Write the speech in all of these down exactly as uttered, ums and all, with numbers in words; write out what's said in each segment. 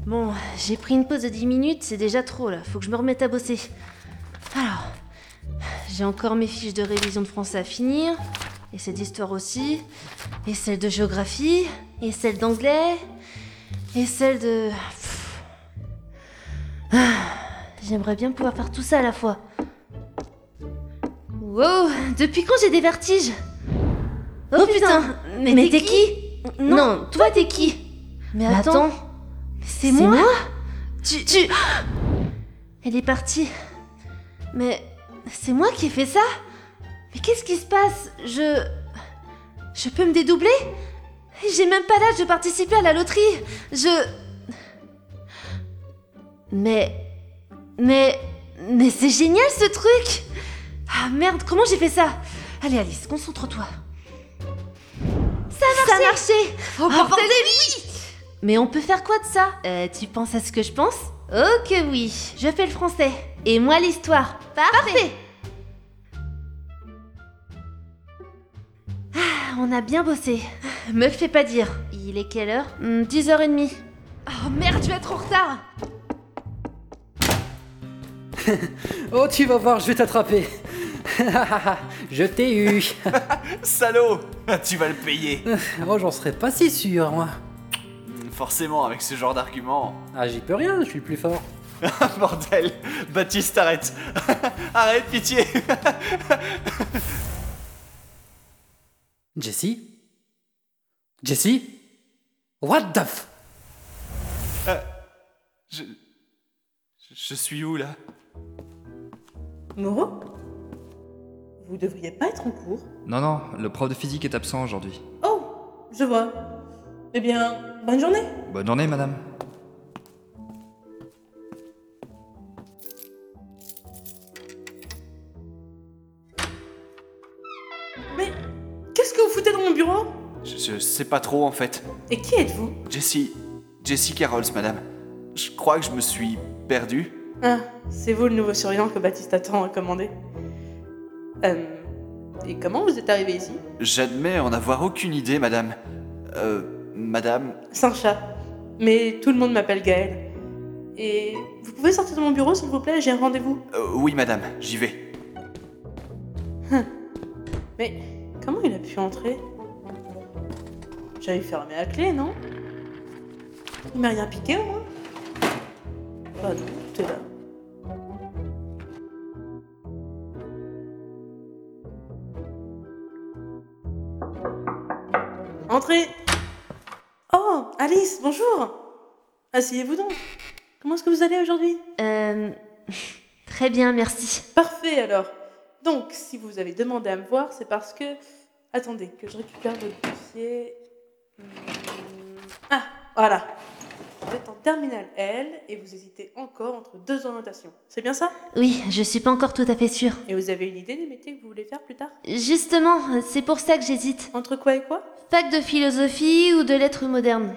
Bon, j'ai pris une pause de dix minutes, c'est déjà trop là, faut que je me remette à bosser. Alors, j'ai encore mes fiches de révision de français à finir, et celle d'histoire aussi, et celle de géographie, et celle d'anglais, et celle de... Pff. Ah, j'aimerais bien pouvoir faire tout ça à la fois. Wow, depuis quand j'ai des vertiges? Oh, oh putain, mais, mais t'es qui, qui non, non, toi t'es qui? Mais attends, c'est moi, moi Tu... tu... Elle est partie. Mais c'est moi qui ai fait ça? Mais qu'est-ce qui se passe? Je... Je peux me dédoubler? J'ai même pas l'âge de participer à la loterie. Je... Mais... Mais... Mais c'est génial ce truc! Ah merde, comment j'ai fait ça? Allez Alice, concentre-toi. Ça a marché! Ça a marché! Oh, oh bordel, oui! Mais on peut faire quoi de ça? Euh, tu penses à ce que je pense? Ok oui, je fais le français. Et moi l'histoire. Parfait, Parfait. Ah, on a bien bossé. Me le fais pas dire. Il est quelle heure? hmm, dix heures trente. Oh merde, je vais être en retard. Oh, tu vas voir, je vais t'attraper. Je t'ai eu. Salaud, tu vas le payer. Oh, j'en serais pas si sûr, moi. Forcément, avec ce genre d'argument. Ah, j'y peux rien, je suis le plus fort. Bordel, Baptiste, arrête. Arrête, pitié. Jessie? Jessie? What the f... Euh, je... Je suis où, là? Moreau? Vous devriez pas être en cours. Non, non, le prof de physique est absent aujourd'hui. Oh, je vois. Eh bien, bonne journée. Bonne journée, madame. Mais qu'est-ce que vous foutez dans mon bureau? je, je sais pas trop, en fait. Et qui êtes-vous? Jessie... Jessie Carrolls, madame. Je crois que je me suis perdu. Ah, c'est vous le nouveau surveillant que Baptiste attend à commander. Euh... Et comment vous êtes arrivé ici? J'admets en avoir aucune idée, madame. Euh... Madame... Saint-Chat. Mais tout le monde m'appelle Gaël. Et vous pouvez sortir de mon bureau, s'il vous plaît? J'ai un rendez-vous. Euh, oui, madame, j'y vais. Hum. Mais comment il a pu entrer? J'avais fermé la clé, non? Il m'a rien piqué, au moins? Ah non, tout est là. Entrez! Oh, Alice, bonjour! Asseyez-vous donc. Comment est-ce que vous allez aujourd'hui? Euh... Très bien, merci. Parfait, alors. Donc, si vous avez demandé à me voir, c'est parce que... Attendez, que je récupère votre dossier... Hum, Ah, voilà. Vous êtes en terminale L et vous hésitez encore entre deux orientations. C'est bien ça? Oui, je suis pas encore tout à fait sûre. Et vous avez une idée des métiers que vous voulez faire plus tard? Justement, c'est pour ça que j'hésite. Entre quoi et quoi? Fac de philosophie ou de lettres modernes.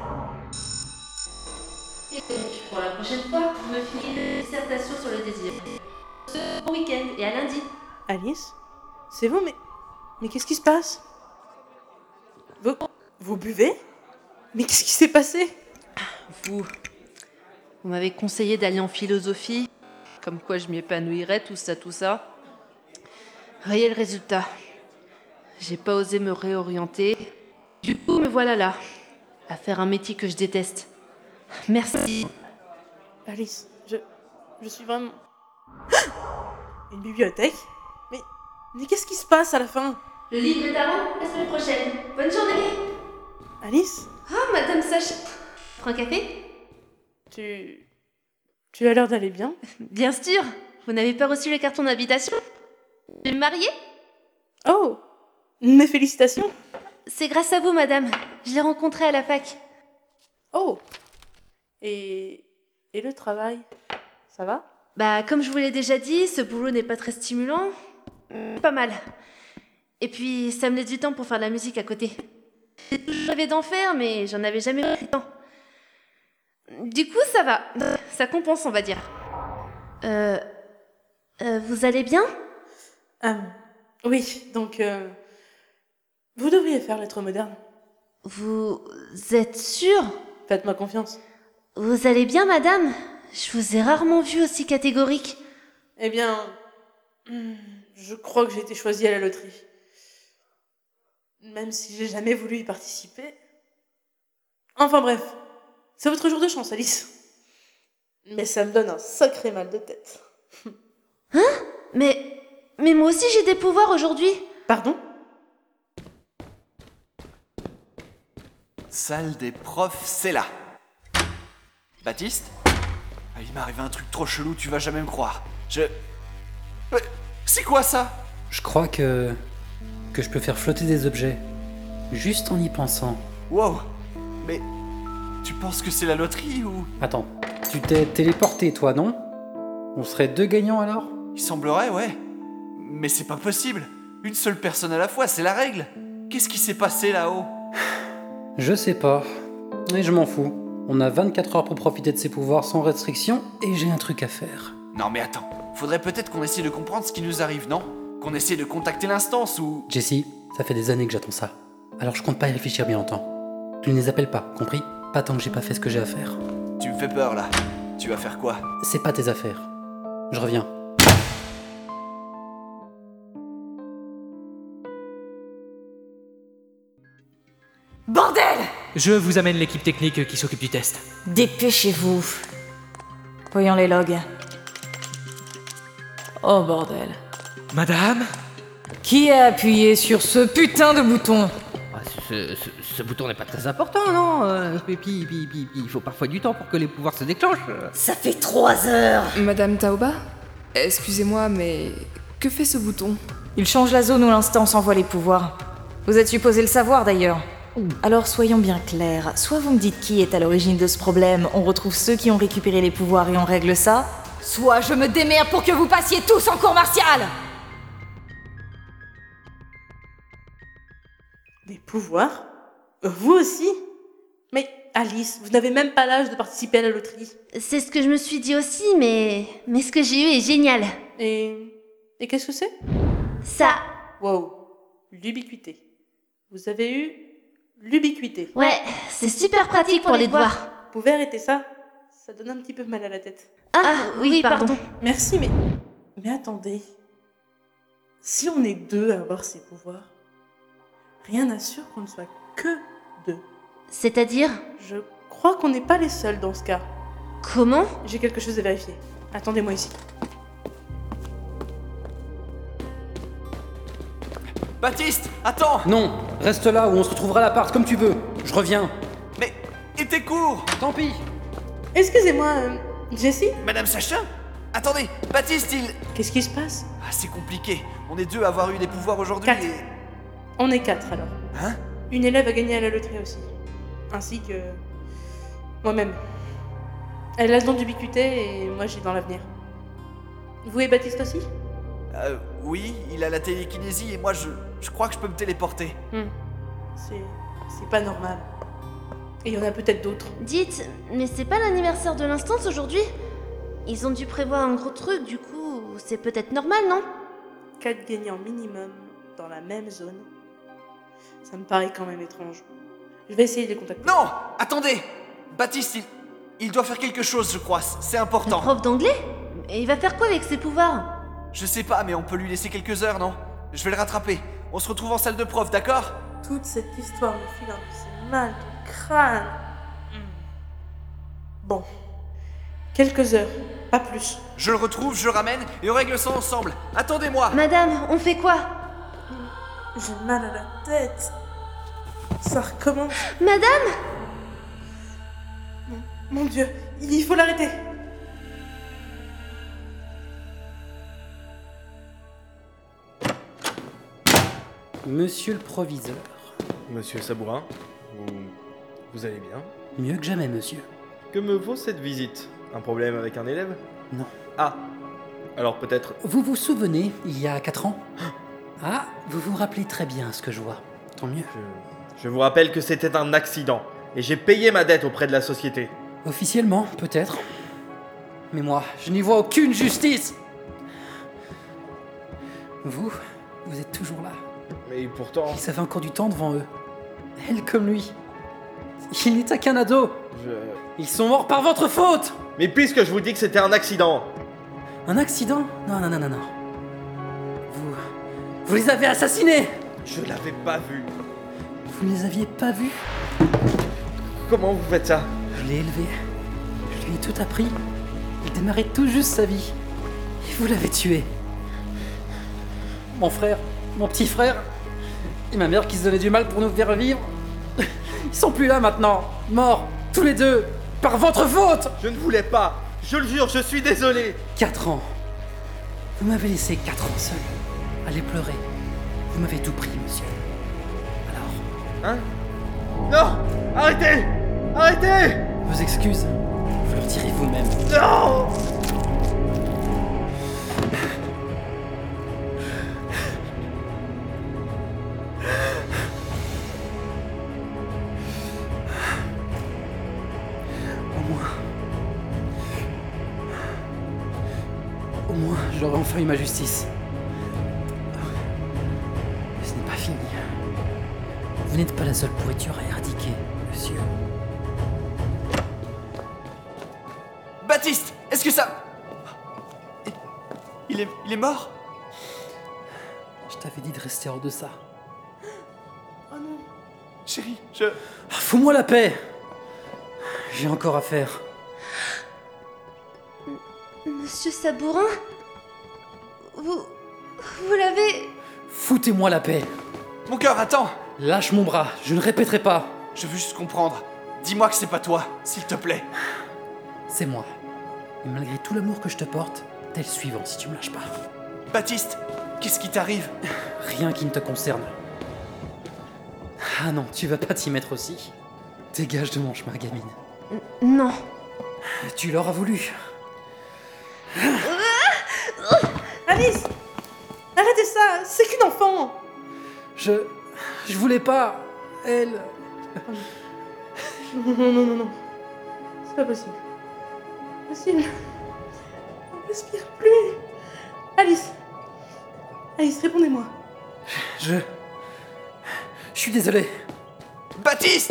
Et pour la prochaine fois, je me finis une dissertation sur le désir. Ce bon week-end et à lundi. Alice? C'est vous, mais... Mais qu'est-ce qui se passe? Vous... Vous buvez? Mais qu'est-ce qui s'est passé? Vous... Vous m'avez conseillé d'aller en philosophie, comme quoi je m'y épanouirais, tout ça, tout ça. Voyez le résultat. J'ai pas osé me réorienter. Du coup, me voilà là, à faire un métier que je déteste. Merci. Alice, je... Je suis vraiment... Une bibliothèque? Mais... Mais qu'est-ce qui se passe à la fin? Le livre est à moi la semaine prochaine. Bonne journée. Alice? Ah, Madame Sacha. Prends un café? Tu... Tu as l'air d'aller bien? Bien sûr. Vous n'avez pas reçu le carton d'invitation? Je vais me marier? Oh! Mes félicitations! C'est grâce à vous, madame. Je l'ai rencontré à la fac. Oh! Et... Et le travail? Ça va? Bah, comme je vous l'ai déjà dit, ce boulot n'est pas très stimulant. Pas mal. Et puis, ça me laisse du temps pour faire de la musique à côté. J'ai toujours rêvé d'en faire, mais j'en avais jamais pris le temps. Du coup, ça va. Ça compense, on va dire. Euh... euh vous allez bien? euh, Oui, donc... Euh, vous devriez faire lettres modernes. Vous êtes sûr? Faites-moi confiance. Vous allez bien, madame? Je vous ai rarement vu aussi catégorique. Eh bien, hmm, je crois que j'ai été choisie à la loterie. Même si j'ai jamais voulu y participer. Enfin bref, c'est votre jour de chance, Alice. Mais ça me donne un sacré mal de tête. Hein? Mais... Mais moi aussi j'ai des pouvoirs aujourd'hui. Pardon? Salle des profs, c'est là. Baptiste? Ah, il m'est arrivé un truc trop chelou, tu vas jamais me croire. Je... Mais c'est quoi ça? Je crois que... que je peux faire flotter des objets. Juste en y pensant. Wow. Mais... Tu penses que c'est la loterie ou... Attends, tu t'es téléporté toi, non? On serait deux gagnants alors? Il semblerait, ouais. Mais c'est pas possible. Une seule personne à la fois, c'est la règle. Qu'est-ce qui s'est passé là-haut? Je sais pas. Et je m'en fous. On a vingt-quatre heures pour profiter de ses pouvoirs sans restriction et j'ai un truc à faire. Non mais attends, faudrait peut-être qu'on essaie de comprendre ce qui nous arrive, non? Qu'on essaie de contacter l'instance ou... Jessie, ça fait des années que j'attends ça. Alors je compte pas y réfléchir bien longtemps. Tu ne les appelles pas, compris? Pas tant que j'ai pas fait ce que j'ai à faire. Tu me fais peur là. Tu vas faire quoi? C'est pas tes affaires. Je reviens. Bordel! Je vous amène l'équipe technique qui s'occupe du test. Dépêchez-vous. Voyons les logs. Oh bordel. Madame? Qui a appuyé sur ce putain de bouton? Ah, ce, ce, ce bouton n'est pas très important, non? euh, puis, puis, puis, puis, puis, il faut parfois du temps pour que les pouvoirs se déclenchent. Ça fait trois heures. Madame Taoba? Excusez-moi, mais que fait ce bouton? Il change la zone où l'instance envoie les pouvoirs. Vous êtes supposé le savoir d'ailleurs. Alors soyons bien clairs, soit vous me dites qui est à l'origine de ce problème, on retrouve ceux qui ont récupéré les pouvoirs et on règle ça, soit je me démerde pour que vous passiez tous en cours martial. Des pouvoirs? Vous aussi? Mais Alice, vous n'avez même pas l'âge de participer à la loterie. C'est ce que je me suis dit aussi, mais... Mais ce que j'ai eu est génial. Et... Et qu'est-ce que c'est? Ça... Wow, l'ubiquité. Vous avez eu l'ubiquité. Ouais, c'est super pratique pour les devoirs. Vous pouvez arrêter ça? Ça donne un petit peu mal à la tête. Ah, oui, pardon. Merci, mais... Mais attendez. Si on est deux à avoir ces pouvoirs, rien n'assure qu'on ne soit que deux. C'est-à-dire? Je crois qu'on n'est pas les seuls dans ce cas. Comment? J'ai quelque chose à vérifier. Attendez-moi ici. Baptiste, attends! Non, reste là ou on se retrouvera à l'appart comme tu veux. Je reviens. Mais... Et tes cours? Tant pis. Excusez-moi, euh, Jessie? Madame Sacha? Attendez, Baptiste, il... Qu'est-ce qui se passe? Ah, c'est compliqué. On est deux à avoir eu des pouvoirs aujourd'hui Quatre. et... On est quatre alors. Hein? Une élève a gagné à la loterie aussi. Ainsi que... moi-même. Elle a le don d'ubiquité et moi j'ai dans l'avenir. Vous et Baptiste aussi? Euh, oui, il a la télékinésie et moi je... Je crois que je peux me téléporter. Hmm. C'est... c'est pas normal. Et il y en a peut-être d'autres. Dites, mais c'est pas l'anniversaire de l'instance aujourd'hui? Ils ont dû prévoir un gros truc, du coup, c'est peut-être normal, non? Quatre gagnants minimum dans la même zone. Ça me paraît quand même étrange. Je vais essayer de les contacter. Non! Attendez! Baptiste, il... Il doit faire quelque chose, je crois. C'est Le important. prof d'anglais? Et il va faire quoi avec ses pouvoirs? Je sais pas, mais on peut lui laisser quelques heures, non? Je vais le rattraper. On se retrouve en salle de prof, d'accord? Toute cette histoire me file un peu c'est mal du crâne. Hmm. Bon. Quelques heures, pas plus. Je le retrouve, je le ramène et on règle ça ensemble. Attendez-moi! Madame, on fait quoi? J'ai mal à la tête. Ça recommence. Madame? Mon Dieu, il faut l'arrêter. Monsieur le proviseur. Monsieur Sabourin, vous... vous allez bien? Mieux que jamais, monsieur. Que me vaut cette visite? Un problème avec un élève? Non. Ah, alors peut-être... Vous vous souvenez, il y a quatre ans? Ah, vous vous rappelez très bien ce que je vois. Tant mieux. Je, je vous rappelle que c'était un accident, et j'ai payé ma dette auprès de la société. Officiellement, peut-être. Mais moi, je n'y vois aucune justice. Vous, vous êtes toujours là. Mais pourtant... Ils avaient encore du temps devant eux. Elle comme lui. Il n'était qu'un ado. Je... Ils sont morts par votre faute! Mais puisque je vous dis que c'était un accident! Un accident? Non, non, non, non, non. Vous... Vous les avez assassinés! Je l'avais pas vu. Vous ne les aviez pas vus? Comment vous faites ça? Je l'ai élevé. Je lui ai tout appris. Il démarrait tout juste sa vie. Et vous l'avez tué. Mon frère, mon petit frère, et ma mère qui se donnait du mal pour nous faire vivre. Ils sont plus là maintenant. Morts, tous les deux, par votre faute! Je ne voulais pas. Je le jure, je suis désolé. Quatre ans. Vous m'avez laissé quatre ans seul. Allez pleurer. Vous m'avez tout pris, monsieur. Alors... Hein? Non! Arrêtez! Arrêtez! Vos excuses, vous leur direz vous-même. Non! Au moins... Au moins, j'aurai enfin eu ma justice. Mais ce n'est pas fini. Vous n'êtes pas la seule pourriture à éradiquer, monsieur. Baptiste! Est-ce que ça... Il est... Il est mort? Je t'avais dit de rester hors de ça. Oh non. Chérie, je... Ah, fous-moi la paix! J'ai encore à faire. Monsieur Sabourin? Vous... Vous l'avez... Foutez-moi la paix! Mon cœur, attends! Lâche mon bras, je ne répéterai pas. Je veux juste comprendre. Dis-moi que c'est pas toi, s'il te plaît. C'est moi. Et malgré tout l'amour que je te porte, t'es le suivant si tu me lâches pas. Baptiste, qu'est-ce qui t'arrive? Rien qui ne te concerne. Ah non, tu vas pas t'y mettre aussi. Dégage de mon chemin, gamine. Non. Tu l'auras voulu. Alice! Arrêtez ça! C'est qu'une enfant! Je... Je voulais pas... Elle... Non, non, non, non, non. C'est pas possible. Possible. On respire plus. Alice. Alice, répondez-moi. Je... Je suis désolé. Baptiste!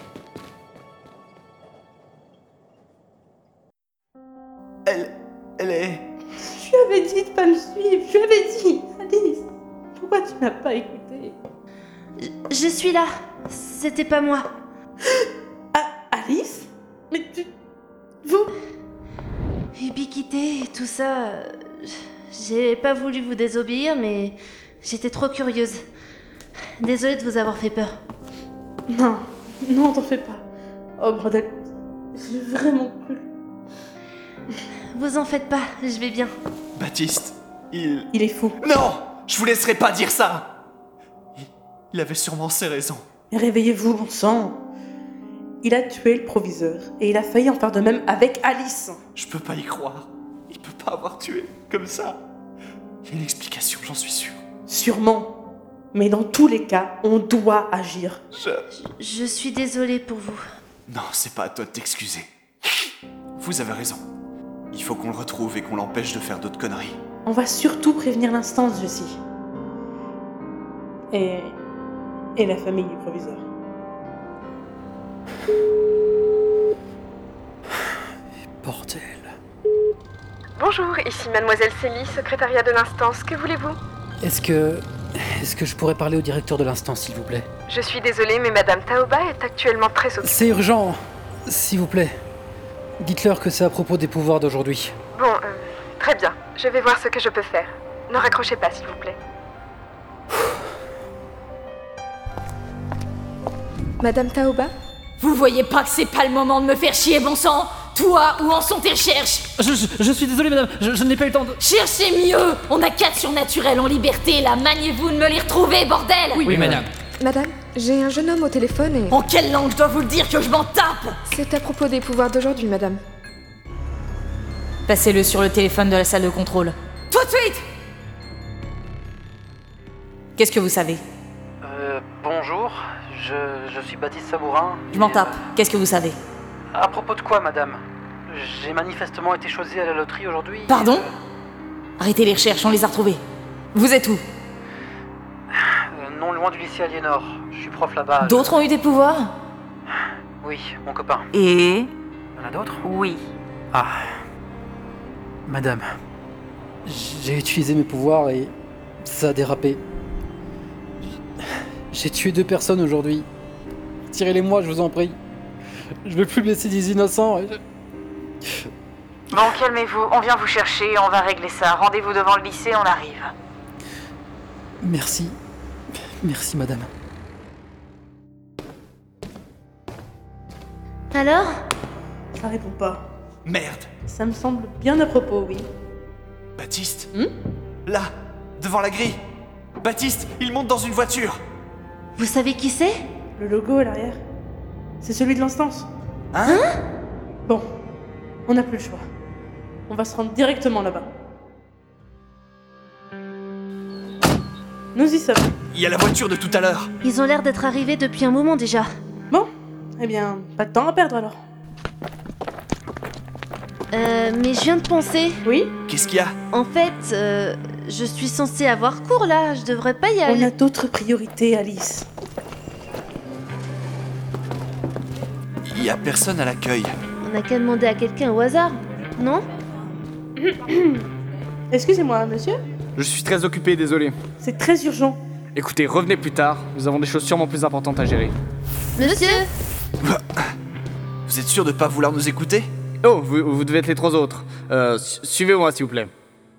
Elle... Elle est... Je lui avais dit de pas me suivre. Je lui avais dit. Alice, pourquoi tu m'as pas écouté? Je, je suis là. C'était pas moi. Ah, Alice? Mais tu... Vous... Ubiquité et tout ça... euh, J'ai pas voulu vous désobéir, mais... J'étais trop curieuse. Désolée de vous avoir fait peur. Non, non, t'en fais pas. Oh bordel, j'ai vraiment cru. Vous en faites pas, je vais bien. Baptiste, il... Il est fou. Non! Je vous laisserai pas dire ça! Il, il avait sûrement ses raisons. Réveillez-vous, bon sang. Il a tué le proviseur, et il a failli en faire de même avec Alice. Je peux pas y croire. Il peut pas avoir tué comme ça. Il y a une explication, j'en suis sûr. Sûrement. Mais dans tous les cas, on doit agir. Je... Je suis désolée pour vous. Non, c'est pas à toi de t'excuser. Vous avez raison. Il faut qu'on le retrouve et qu'on l'empêche de faire d'autres conneries. On va surtout prévenir l'instance, Jessie. Et... et la famille du proviseur. Bordel. Bonjour, ici Mademoiselle Célie, secrétariat de l'instance. Que voulez-vous? Est-ce que... Est-ce que je pourrais parler au directeur de l'instance, s'il vous plaît? Je suis désolée, mais Madame Taoba est actuellement très occupée. C'est urgent, s'il vous plaît. Dites-leur que c'est à propos des pouvoirs d'aujourd'hui. Bon, euh, très bien. Je vais voir ce que je peux faire. Ne raccrochez pas, s'il vous plaît. Madame Taoba? Vous voyez pas que c'est pas le moment de me faire chier, bon sang? Toi, où en sont tes recherches? Je, je, je suis désolé, madame, je, je n'ai pas eu le temps de... Cherchez mieux! On a quatre surnaturels en liberté, là, maniez-vous de me les retrouver, bordel! Oui, oui madame. Madame, j'ai un jeune homme au téléphone et... En quelle langue je dois vous le dire que je m'en tape? C'est à propos des pouvoirs d'aujourd'hui, madame. Passez-le sur le téléphone de la salle de contrôle. Tout de suite! Qu'est-ce que vous savez? Euh, bonjour, je, je suis Baptiste Sabourin. Je m'en tape. Qu'est-ce que vous savez? À propos de quoi, madame? J'ai manifestement été choisi à la loterie aujourd'hui. Pardon? euh... Arrêtez les recherches, on les a retrouvés. Vous êtes où? euh, Non loin du lycée Aliénor. Je suis prof là-bas. D'autres je... ont eu des pouvoirs? Oui, mon copain. Et... Y'en a d'autres? Oui. Ah. Madame. J'ai utilisé mes pouvoirs et ça a dérapé. J'ai tué deux personnes aujourd'hui. Tirez-les-moi, je vous en prie. Je veux plus blesser des innocents. Bon, calmez-vous, on vient vous chercher, on va régler ça. Rendez-vous devant le lycée, on arrive. Merci. Merci, madame. Alors? Ça répond pas. Merde. Ça me semble bien à propos, oui. Baptiste Hmm? Là, devant la grille. Baptiste, il monte dans une voiture. Vous savez qui c'est? Le logo à l'arrière. C'est celui de l'instance. Hein? Bon, on n'a plus le choix. On va se rendre directement là-bas. Nous y sommes. Il y a la voiture de tout à l'heure. Ils ont l'air d'être arrivés depuis un moment déjà. Bon, eh bien, pas de temps à perdre alors. Euh, mais je viens de penser. Oui? Qu'est-ce qu'il y a? En fait, euh, je suis censée avoir cours là, je devrais pas y aller. On a d'autres priorités, Alice. Il y a personne à l'accueil. On n'a qu'à demander à quelqu'un au hasard, non? Excusez-moi, monsieur? Je suis très occupé, désolé. C'est très urgent. Écoutez, revenez plus tard, nous avons des choses sûrement plus importantes à gérer. Monsieur? Vous êtes sûr de pas vouloir nous écouter? Oh, vous, vous devez être les trois autres. Euh, su- suivez-moi s'il vous plaît.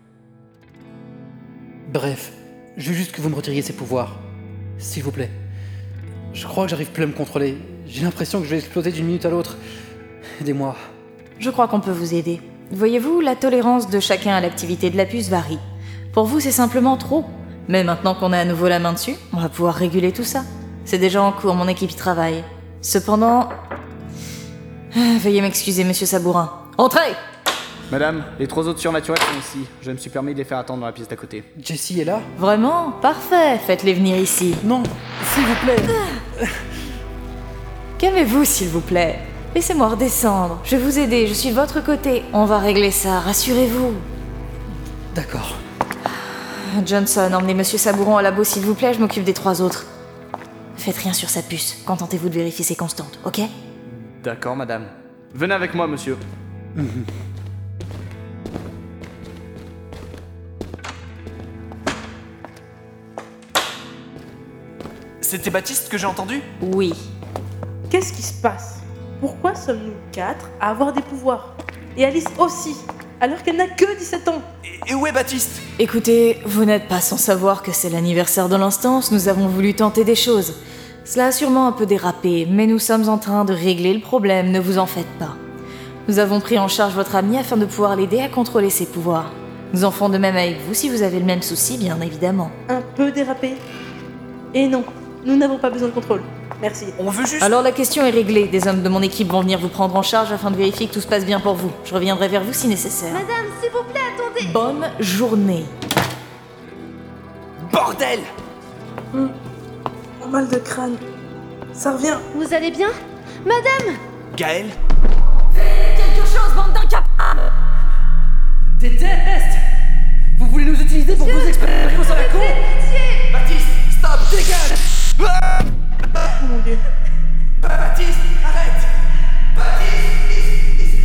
Bref, je veux juste que vous me retiriez ces pouvoirs. S'il vous plaît. Je crois que j'arrive plus à me contrôler. J'ai l'impression que je vais exploser d'une minute à l'autre. Aidez-moi. Je crois qu'on peut vous aider. Voyez-vous, la tolérance de chacun à l'activité de la puce varie. Pour vous, c'est simplement trop. Mais maintenant qu'on a à nouveau la main dessus, on va pouvoir réguler tout ça. C'est déjà en cours, mon équipe y travaille. Cependant... Ah, veuillez m'excuser, monsieur Sabourin. Entrez! Madame, les trois autres surnaturels sont ici. Je me suis permis de les faire attendre dans la pièce d'à côté. Jessie est là? Vraiment? Parfait, faites-les venir ici. Non, s'il vous plaît. Calmez-vous, s'il vous plaît. Laissez-moi redescendre. Je vais vous aider, je suis de votre côté. On va régler ça, rassurez-vous. D'accord. Johnson, emmenez monsieur Sabourin au labo, s'il vous plaît, je m'occupe des trois autres. Faites rien sur sa puce. Contentez-vous de vérifier ses constantes, ok? D'accord, madame. Venez avec moi, monsieur. C'était Baptiste que j'ai entendu? Oui. Qu'est-ce qui se passe? Pourquoi sommes-nous quatre à avoir des pouvoirs? Et Alice aussi, alors qu'elle n'a que dix-sept ans. Et, et où est Baptiste? Écoutez, vous n'êtes pas sans savoir que c'est l'anniversaire de l'instance, nous avons voulu tenter des choses. Cela a sûrement un peu dérapé, mais nous sommes en train de régler le problème, ne vous en faites pas. Nous avons pris en charge votre ami afin de pouvoir l'aider à contrôler ses pouvoirs. Nous en ferons de même avec vous si vous avez le même souci, bien évidemment. Un peu dérapé. Et non, nous n'avons pas besoin de contrôle. Merci. On veut juste... Alors la question est réglée, des hommes de mon équipe vont venir vous prendre en charge afin de vérifier que tout se passe bien pour vous. Je reviendrai vers vous si nécessaire. Madame, s'il vous plaît, attendez. Bonne journée. Bordel! Mmh. Mal de crâne. Ça revient. Vous allez bien? Madame! Gaël? Quelque chose, bande d'incapables! Des tests! Vous voulez nous utiliser pour vos expériences à la con? Baptiste, stop! Dégage! Ah! Oh mon dieu. Baptiste, arrête! Baptiste!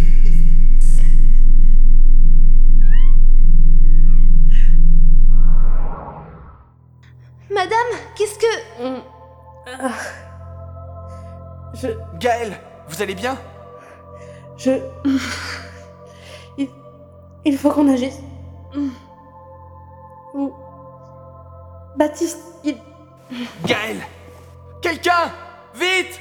Madame, qu'est-ce que... Mmh. Ah. Je... Gaël, vous allez bien? Je... Il, il faut qu'on agisse. Ou... Baptiste, il... Gaël! Quelqu'un! Vite!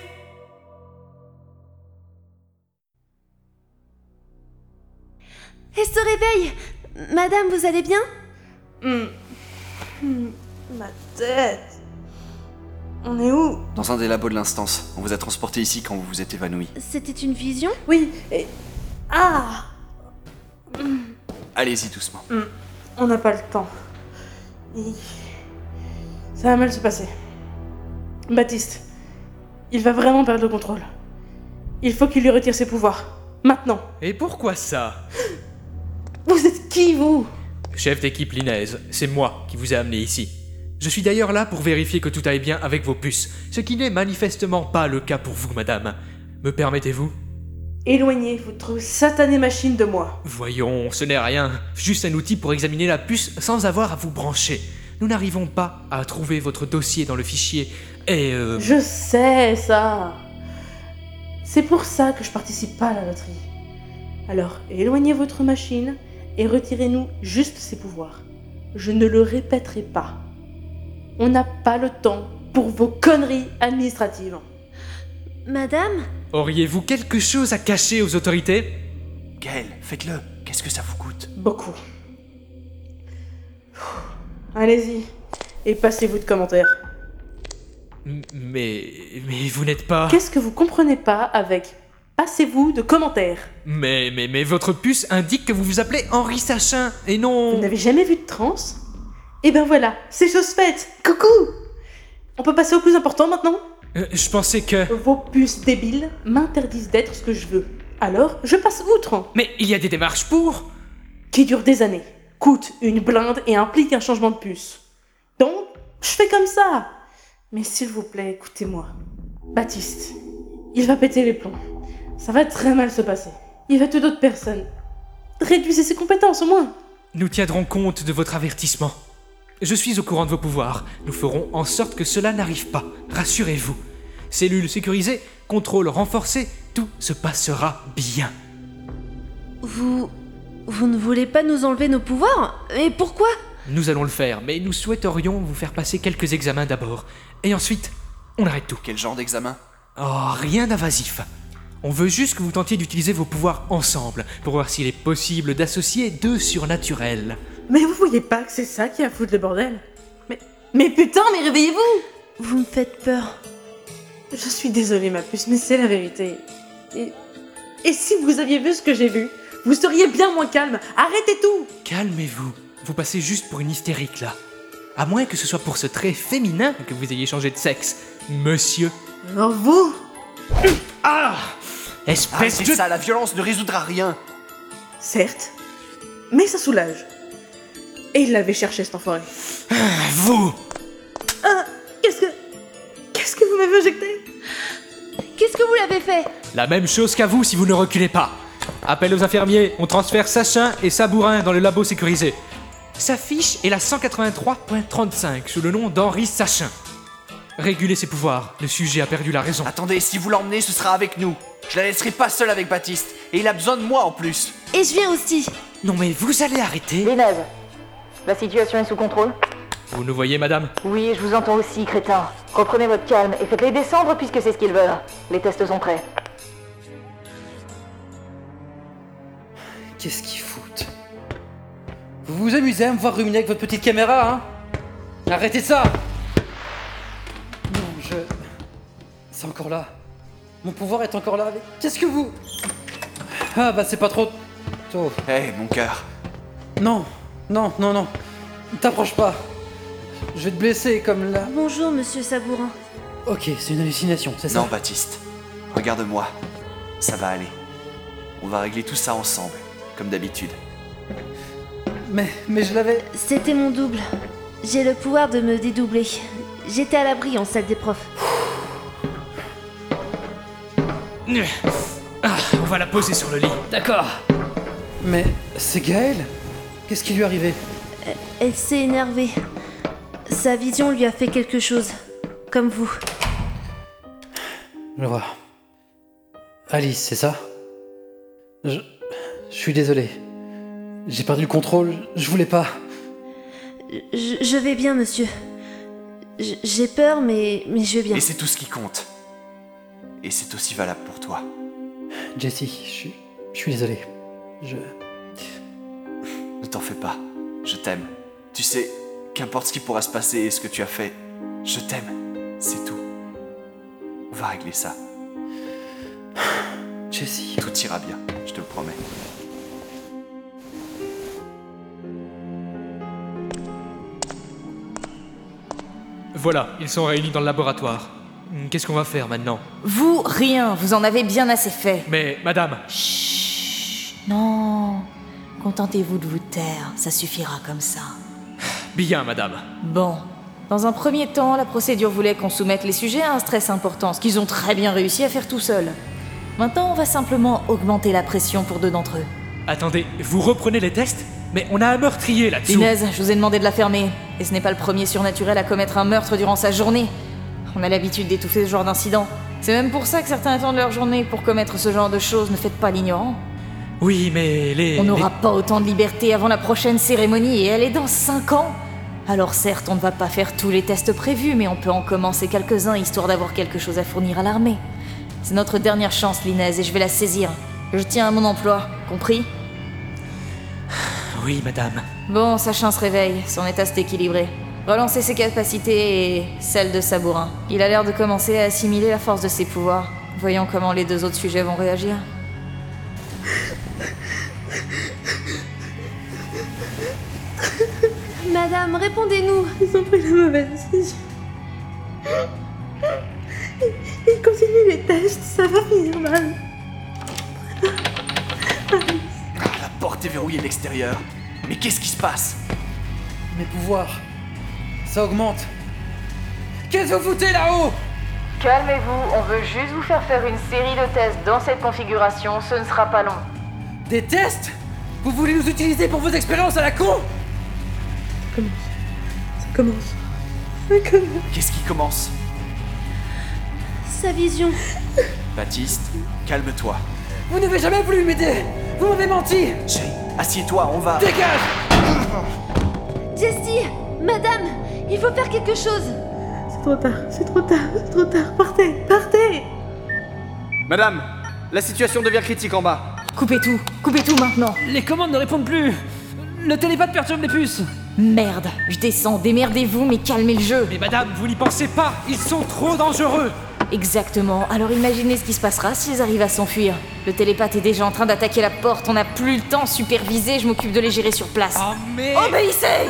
Elle se réveille. Madame, vous allez bien? Mmh. Mmh. Ma tête. On est où? Dans un des labos de l'instance. On vous a transporté ici quand vous vous êtes évanoui. C'était une vision? Oui, et... Ah. Mmh. Allez-y doucement. Mmh. On n'a pas le temps. Il... Ça va mal se passer. Baptiste, il va vraiment perdre le contrôle. Il faut qu'il lui retire ses pouvoirs. Maintenant. Et pourquoi ça? Vous êtes qui, vous? Chef d'équipe Linaise, c'est moi qui vous ai amené ici. Je suis d'ailleurs là pour vérifier que tout aille bien avec vos puces, ce qui n'est manifestement pas le cas pour vous, madame. Me permettez-vous ? Éloignez votre satanée machine de moi. Voyons, ce n'est rien, juste un outil pour examiner la puce sans avoir à vous brancher. Nous n'arrivons pas à trouver votre dossier dans le fichier, et euh... Je sais ça. C'est pour ça que je participe pas à la loterie. Alors, éloignez votre machine et retirez-nous juste ses pouvoirs. Je ne le répéterai pas. On n'a pas le temps pour vos conneries administratives. Madame ? Auriez-vous quelque chose à cacher aux autorités ? Gaël, faites-le. Qu'est-ce que ça vous coûte ? Beaucoup. Allez-y, et passez-vous de commentaires. Mais... mais vous n'êtes pas... Qu'est-ce que vous comprenez pas avec « passez-vous de commentaires » ? Mais, mais, mais votre puce indique que vous vous appelez Henri Sachin, et non... Vous n'avez jamais vu de transe ? Eh ben voilà, c'est chose faite. Coucou ! On peut passer au plus important maintenant ? euh, Je pensais que... Vos puces débiles m'interdisent d'être ce que je veux. Alors, je passe outre. Mais il y a des démarches pour... Qui durent des années, coûtent une blinde et impliquent un changement de puce. Donc, je fais comme ça. Mais s'il vous plaît, écoutez-moi. Baptiste, il va péter les plombs. Ça va très mal se passer. Il va tuer d'autres personnes. Réduisez ses compétences au moins. Nous tiendrons compte de votre avertissement. Je suis au courant de vos pouvoirs. Nous ferons en sorte que cela n'arrive pas. Rassurez-vous. Cellule sécurisée, contrôle renforcé, tout se passera bien. Vous... Vous ne voulez pas nous enlever nos pouvoirs ? Et pourquoi ? Nous allons le faire, mais nous souhaiterions vous faire passer quelques examens d'abord. Et ensuite, on arrête tout. Quel genre d'examen ? Oh, rien d'invasif. On veut juste que vous tentiez d'utiliser vos pouvoirs ensemble, pour voir s'il est possible d'associer deux surnaturels. Mais vous voyez pas que c'est ça qui a foutu le bordel ? Mais... Mais putain, mais réveillez-vous ! Vous me faites peur. Je suis désolée, ma puce, mais c'est la vérité. Et... Et si vous aviez vu ce que j'ai vu, vous seriez bien moins calme. Arrêtez tout ! Calmez-vous. Vous passez juste pour une hystérique, là. À moins que ce soit pour ce trait féminin que vous ayez changé de sexe, monsieur. Alors vous... Ah ! Espèce Arrêtez de... ça, la violence ne résoudra rien. Certes, mais ça soulage. Et il l'avait cherché, cet enfoiré. Ah, vous... Ah, qu'est-ce que... Qu'est-ce que vous m'avez injecté ? Qu'est-ce que vous l'avez fait ? La même chose qu'à vous si vous ne reculez pas. Appel aux infirmiers, on transfère Sachin et Sabourin dans le labo sécurisé. Sa fiche est la cent quatre-vingt-trois trente-cinq, sous le nom d'Henri Sachin. Régulez ses pouvoirs, le sujet a perdu la raison. Attendez, si vous l'emmenez, ce sera avec nous. Je la laisserai pas seule avec Baptiste. Et il a besoin de moi en plus. Et je viens aussi. Non mais vous allez arrêter. Genève, la situation est sous contrôle ? Vous nous voyez, madame ? Oui, je vous entends aussi, crétin. Reprenez votre calme et faites-les descendre puisque c'est ce qu'ils veulent. Les tests sont prêts. Qu'est-ce qu'ils foutent ? Vous vous amusez à me voir ruminer avec votre petite caméra, hein ? Arrêtez ça ! Non, je... C'est encore là. Mon pouvoir est encore là. Mais qu'est-ce que vous... Ah bah c'est pas trop... tôt. Hé, hey, mon cœur. Non, non, non, non. Ne t'approche pas. Je vais te blesser comme là. Bonjour, monsieur Sabourin. Ok, c'est une hallucination, c'est ça ? Non, Baptiste. Regarde-moi. Ça va aller. On va régler tout ça ensemble, comme d'habitude. Mais, mais je l'avais... C'était mon double. J'ai le pouvoir de me dédoubler. J'étais à l'abri en salle des profs. Ah, on va la poser sur le lit. D'accord. Mais c'est Gaël ? Qu'est-ce qui lui est arrivé ? Elle s'est énervée. Sa vision lui a fait quelque chose. Comme vous. Je vois. Alice, c'est ça ? Je... Je suis désolé. J'ai perdu le contrôle, je voulais pas. Je, je vais bien, monsieur. J- J'ai peur, mais, mais je vais bien. Et c'est tout ce qui compte. Et c'est aussi valable pour toi. Jessie, je suis... Je suis désolé. Je... Ne t'en fais pas. Je t'aime. Tu sais, qu'importe ce qui pourra se passer et ce que tu as fait, je t'aime. C'est tout. On va régler ça. Jessie... Tout ira bien, je te le promets. Voilà, ils sont réunis dans le laboratoire. Qu'est-ce qu'on va faire maintenant ? Vous, rien, vous en avez bien assez fait. Mais, madame... Chut, non. Contentez-vous de vous taire, ça suffira comme ça. Bien, madame. Bon, Dans un premier temps, la procédure voulait qu'on soumette les sujets à un stress important, ce qu'ils ont très bien réussi à faire tout seuls. Maintenant, on va simplement augmenter la pression pour deux d'entre eux. Attendez, vous reprenez les tests? Mais on a un meurtrier là-dessous. Inès, je vous ai demandé de la fermer. Et ce n'est pas le premier surnaturel à commettre un meurtre durant sa journée. On a l'habitude d'étouffer ce genre d'incident. C'est même pour ça que certains attendent leur journée pour commettre ce genre de choses. Ne faites pas l'ignorant. Oui, mais les... On n'aura les... pas autant de liberté avant la prochaine cérémonie et elle est dans cinq ans. Alors certes, on ne va pas faire tous les tests prévus, mais on peut en commencer quelques-uns histoire d'avoir quelque chose à fournir à l'armée. C'est notre dernière chance, Linez, et je vais la saisir. Je tiens à mon emploi, compris? Oui, madame. Bon, Sachin se réveille, son état s'est équilibré. Relancez ses capacités et celles de Sabourin. Il a l'air de commencer à assimiler la force de ses pouvoirs. Voyons comment les deux autres sujets vont réagir. Madame, répondez-nous. Ils ont pris la mauvaise décision. Ils continuent les tests, ça va finir mal. Ah, la porte est verrouillée de l'extérieur. Mais qu'est-ce qui se passe? Mes pouvoirs, ça augmente. Qu'est-ce que vous foutez là-haut? Calmez-vous, on veut juste vous faire faire une série de tests dans cette configuration, ce ne sera pas long. Des tests? Vous voulez nous utiliser pour vos expériences à la con? Ça commence. Ça commence. Qu'est-ce qui commence? Sa vision. Baptiste, calme-toi. Vous n'avez jamais voulu m'aider. Vous m'avez menti. Jay, assieds-toi, on va... Dégage! Jessie, madame, il faut faire quelque chose. C'est trop tard, c'est trop tard, c'est trop tard. Partez, partez! Madame, la situation devient critique en bas. Coupez tout, coupez tout maintenant. Les commandes ne répondent plus. Le télépathe perturbe les puces. Merde, je descends, démerdez-vous, mais calmez le jeu. Mais madame, vous n'y pensez pas, ils sont trop dangereux. Exactement, alors imaginez ce qui se passera s'ils arrivent à s'enfuir. Le télépathe est déjà en train d'attaquer la porte, on n'a plus le temps, supervisé, je m'occupe de les gérer sur place. Oh mais... Obéissez!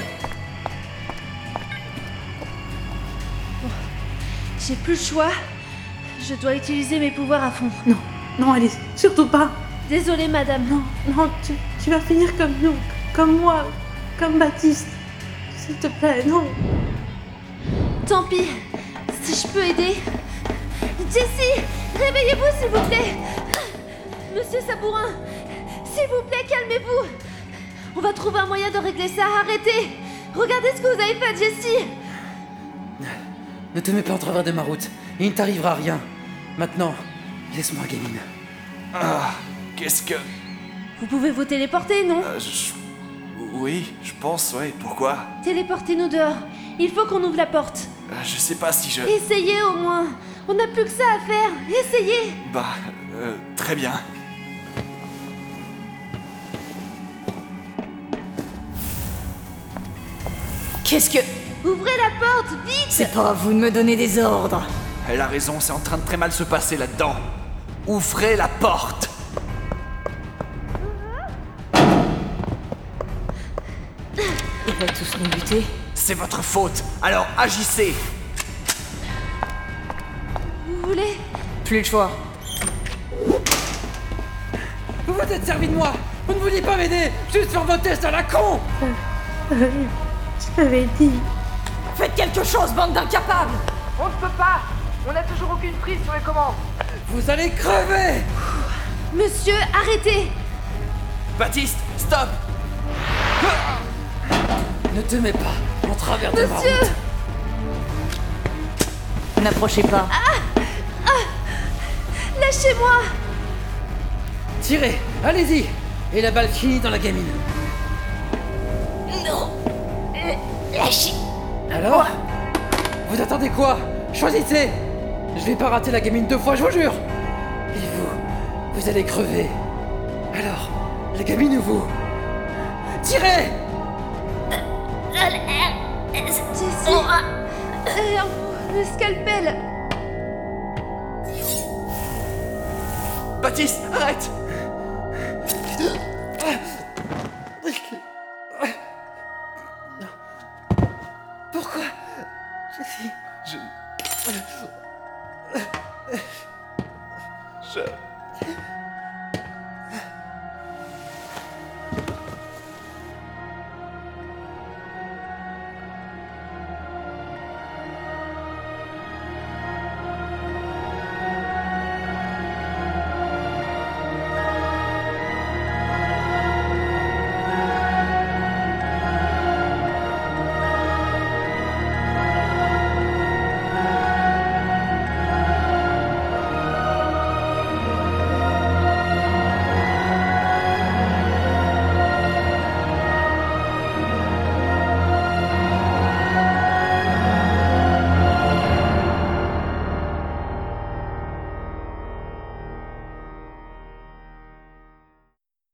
J'ai plus le choix. Je dois utiliser mes pouvoirs à fond. Non, non, Alice, surtout pas. Désolée, madame. Non, non, tu, tu vas finir comme nous, comme moi, comme Baptiste. S'il te plaît, non. Tant pis. Si je peux aider... Jessie, réveillez-vous s'il vous plaît. Monsieur Sabourin, s'il vous plaît, calmez-vous. On va trouver un moyen de régler ça, arrêtez. Regardez ce que vous avez fait, Jessie. Ne te mets pas en travers de ma route. Il ne t'arrivera rien. Maintenant, laisse-moi, gamine. Ah, qu'est-ce que... Vous pouvez vous téléporter, non? Euh, je... Oui, je pense, oui. Pourquoi? Téléportez-nous dehors. Il faut qu'on ouvre la porte. euh, Je sais pas si je... Essayez au moins. On n'a plus que ça à faire. Essayez. Bah, euh, très bien. Qu'est-ce que... Ouvrez la porte, vite. C'est pas à vous de me donner des ordres. Elle a raison, c'est en train de très mal se passer là-dedans. Ouvrez la porte! Ils veulent tous nous buter. C'est votre faute, alors agissez! Vous voulez? Plus le choix. Vous vous êtes servi de moi. Vous ne vouliez pas m'aider. Juste sur vos tests à la con. Je t'avais dit. Faites quelque chose, bande d'incapables! On ne peut pas. On n'a toujours aucune prise sur les commandes. Vous allez crever. Monsieur, arrêtez. Baptiste, stop! Ne te mets pas en travers de ma Monsieur. route. N'approchez pas. Lâchez-moi. Tirez, allez-y. Et la balle finit dans la gamine. Non. Lâchez. Alors? Vous attendez quoi? Choisissez. Je vais pas rater la gamine deux fois, je vous jure. Et vous, vous allez crever. Alors, la gamine ou vous? Tirez! Jessie. Derrière vous, le scalpel. Baptiste, arrête!